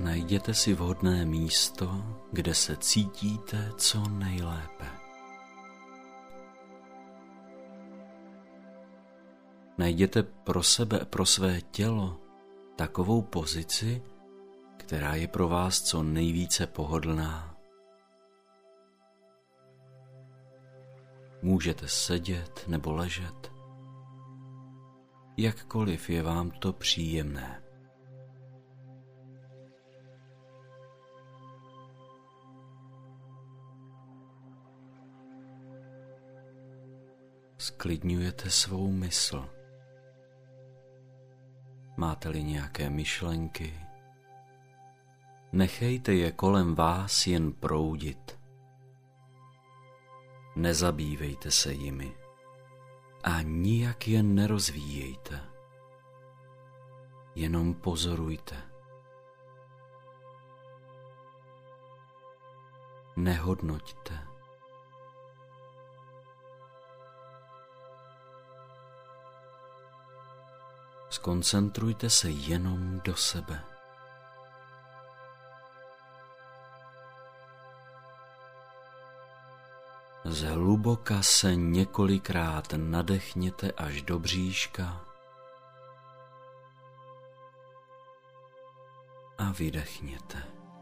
Najděte si vhodné místo, kde se cítíte co nejlépe. Najděte pro sebe, pro své tělo takovou pozici, která je pro vás co nejvíce pohodlná. Můžete sedět nebo ležet, jakkoliv je vám to příjemné. Zklidňujete svou mysl. Máte-li nějaké myšlenky, nechejte je kolem vás jen proudit. Nezabývejte se jimi a nijak je nerozvíjejte. Jenom pozorujte. Nehodnoťte. Skoncentrujte se jenom do sebe. Zhluboka se několikrát nadechněte až do bříška a vydechněte.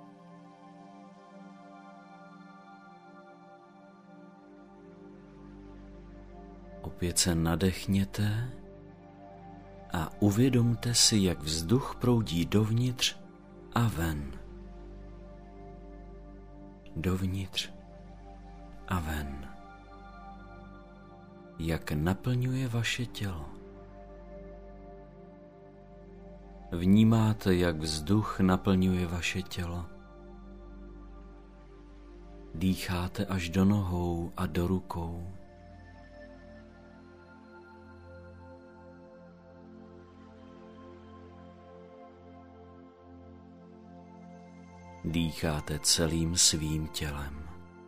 Opět se nadechněte a uvědomte si, jak vzduch proudí dovnitř a ven. Dovnitř a ven. Jak naplňuje vaše tělo. Vnímáte, jak vzduch naplňuje vaše tělo. Dýcháte až do nohou a do rukou. Dýcháte celým svým tělem.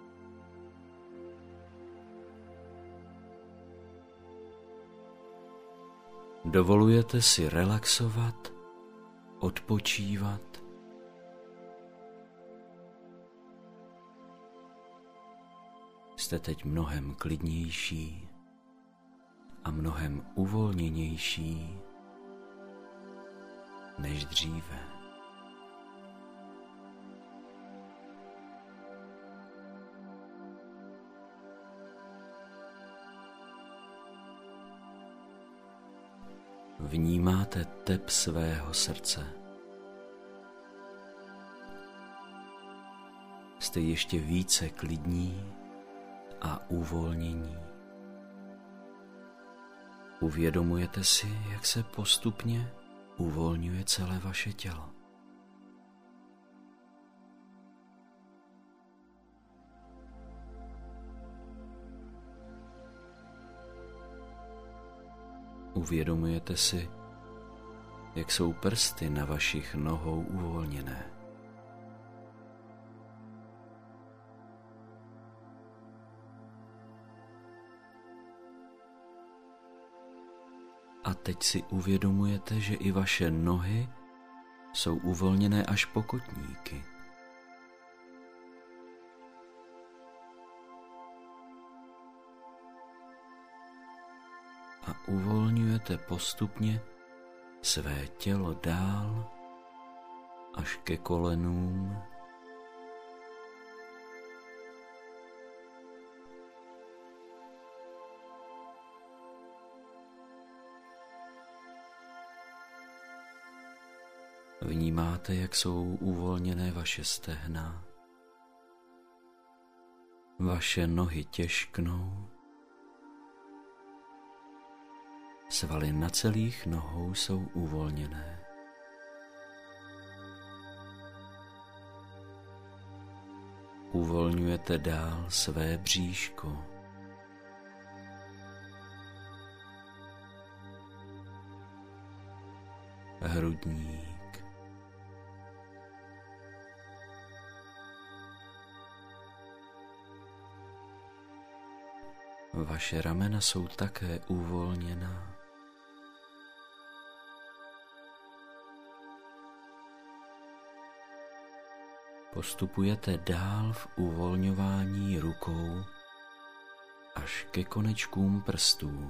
Dovolujete si relaxovat, odpočívat. Jste teď mnohem klidnější a mnohem uvolněnější než dříve. Vnímáte tep svého srdce. Jste ještě více klidní a uvolnění. Uvědomujete si, jak se postupně uvolňuje celé vaše tělo. Uvědomujete si, jak jsou prsty na vašich nohou uvolněné. A teď si uvědomujete, že i vaše nohy jsou uvolněné až po kotníky. A uvolňujete postupně své tělo dál až ke kolenům. Vnímáte, jak jsou uvolněné vaše stehna. Vaše nohy těžknou. Svaly na celých nohou jsou uvolněné. Uvolňujete dál své bříško. Hrudník. Vaše ramena jsou také uvolněná. Postupujete dál v uvolňování rukou až ke konečkům prstů.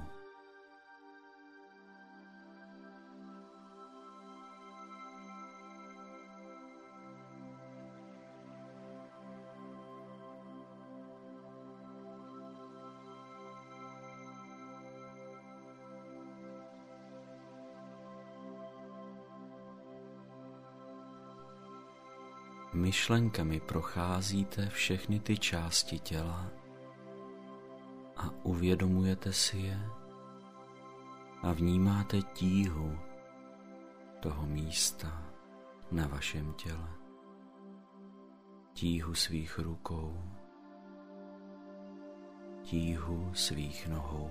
Myšlenkami procházíte všechny ty části těla a uvědomujete si je a vnímáte tíhu toho místa na vašem těle, tíhu svých rukou, tíhu svých nohou.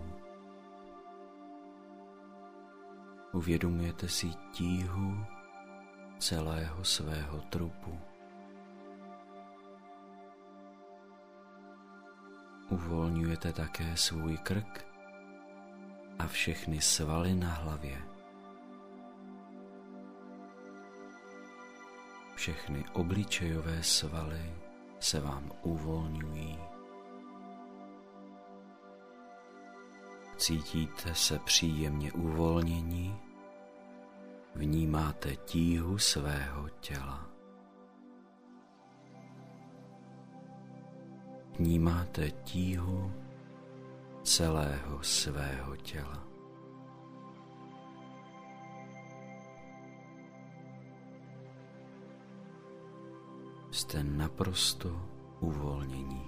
Uvědomujete si tíhu celého svého trupu. Uvolňujete také svůj krk a všechny svaly na hlavě. Všechny obličejové svaly se vám uvolňují. Cítíte se příjemně uvolnění, vnímáte tíhu svého těla. Vnímáte tíhu celého svého těla. Jste naprosto uvolnění.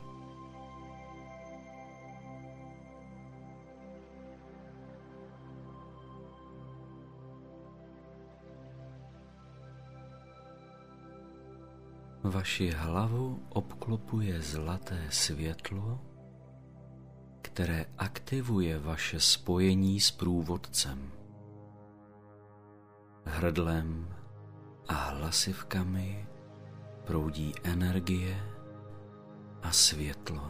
Vaši hlavu obklopuje zlaté světlo, které aktivuje vaše spojení s průvodcem. Hrdlem a hlasivkami proudí energie a světlo.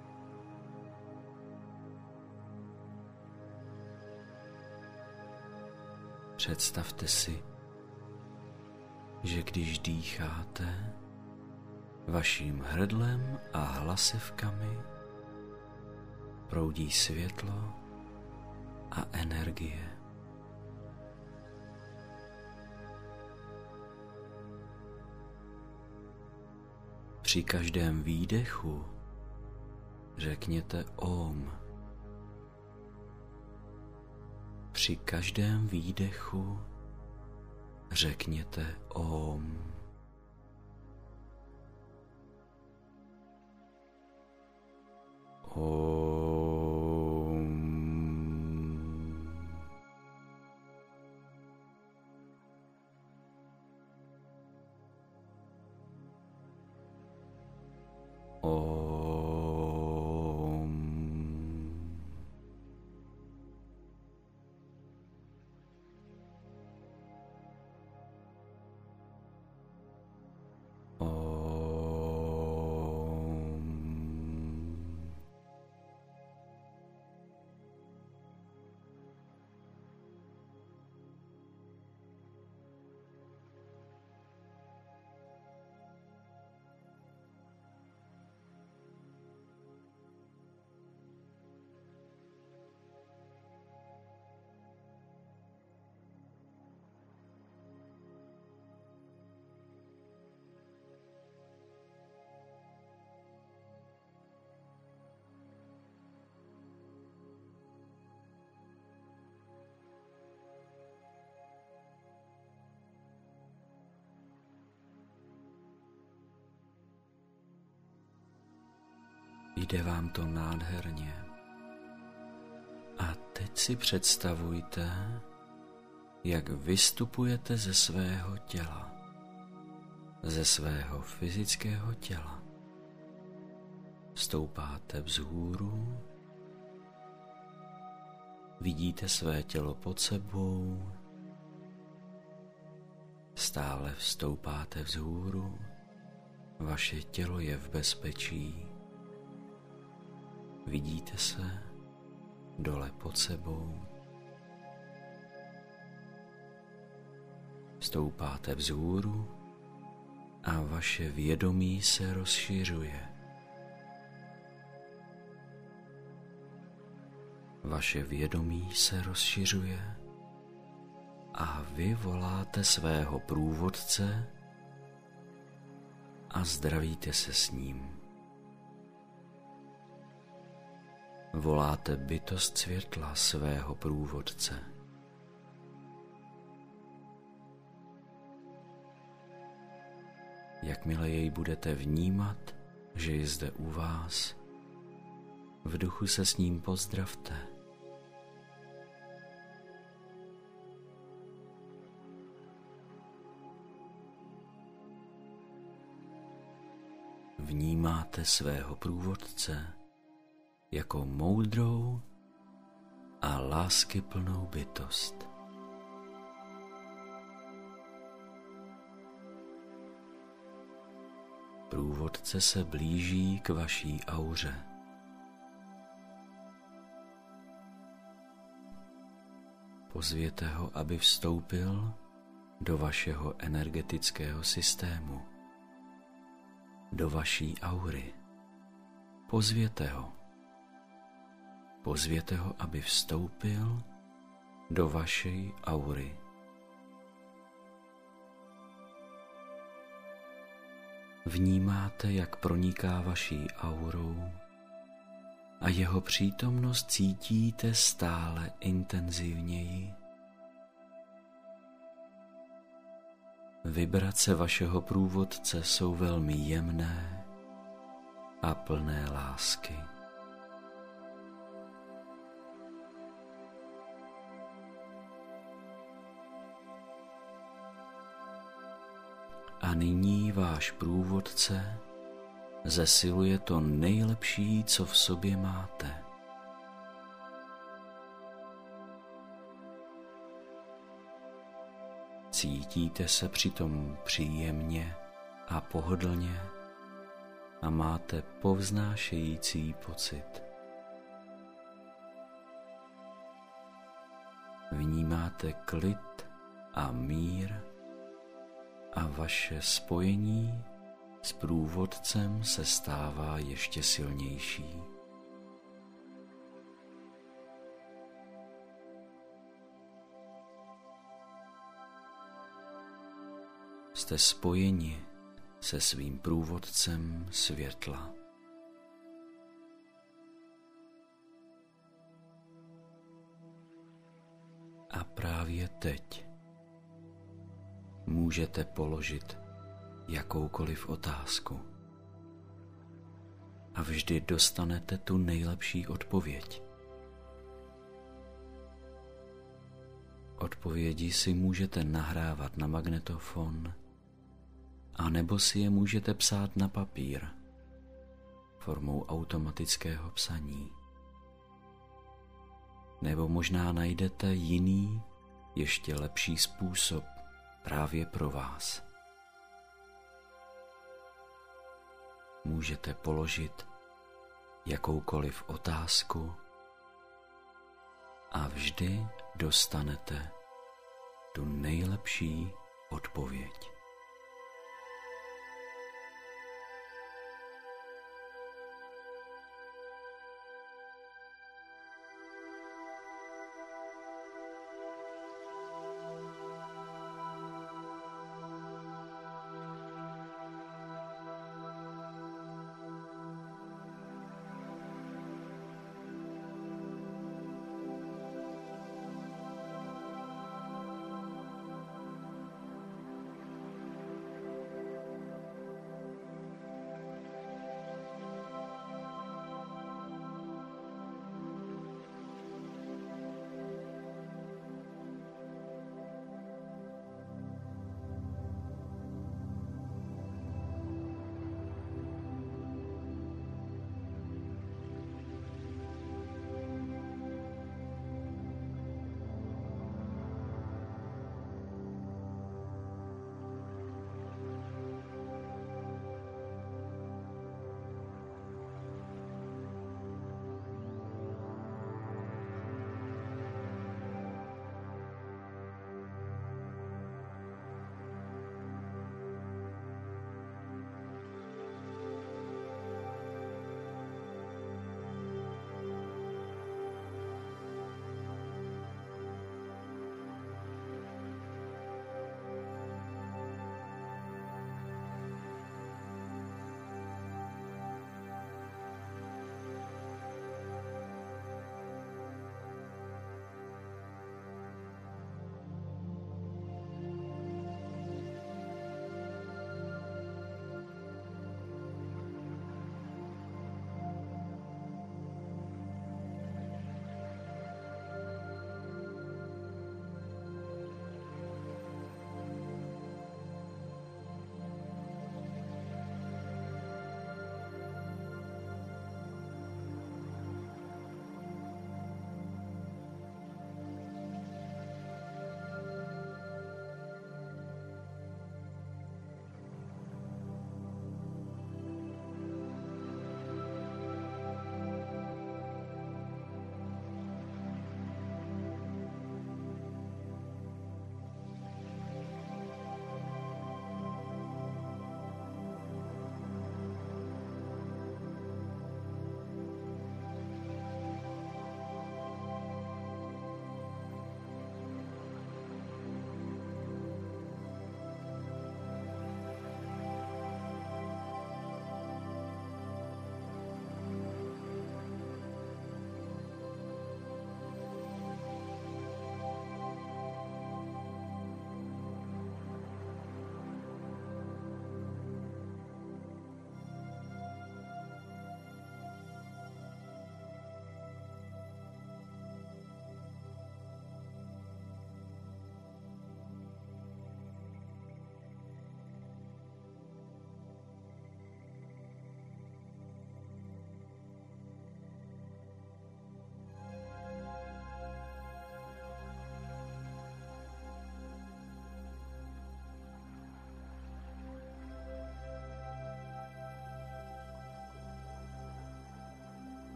Představte si, že když dýcháte, vaším hrdlem a hlasivkami proudí světlo a energie. Při každém výdechu řekněte Om. Při každém výdechu řekněte Om. Jde vám to nádherně. A teď si představujte, jak vystupujete ze svého těla, ze svého fyzického těla. Stoupáte vzhůru, vidíte své tělo pod sebou, stále stoupáte vzhůru, vaše tělo je v bezpečí. Vidíte se dole pod sebou. Stoupáte vzhůru a vaše vědomí se rozšiřuje. Vaše vědomí se rozšiřuje a vy voláte svého průvodce a zdravíte se s ním. Voláte bytost světla svého průvodce. Jakmile jej budete vnímat, že je zde u vás, v duchu se s ním pozdravte. Vnímáte svého průvodce jako moudrou a láskyplnou bytost. Průvodce se blíží k vaší auře. Pozvěte ho, aby vstoupil do vašeho energetického systému, do vaší aury. Pozvěte ho. Pozvěte ho, aby vstoupil do vaší aury. Vnímáte, jak proniká vaší aurou a jeho přítomnost cítíte stále intenzivněji. Vibrace vašeho průvodce jsou velmi jemné a plné lásky. A nyní váš průvodce zesiluje to nejlepší, co v sobě máte. Cítíte se přitom příjemně a pohodlně a máte povznášející pocit. Vnímáte klid a mír a vaše spojení s průvodcem se stává ještě silnější. Jste spojeni se svým průvodcem světla. A právě teď můžete položit jakoukoliv otázku a vždy dostanete tu nejlepší odpověď. Odpovědi si můžete nahrávat na magnetofon, a nebo si je můžete psát na papír formou automatického psaní. Nebo možná najdete jiný, ještě lepší způsob právě pro vás. Můžete položit jakoukoliv otázku a vždy dostanete tu nejlepší odpověď.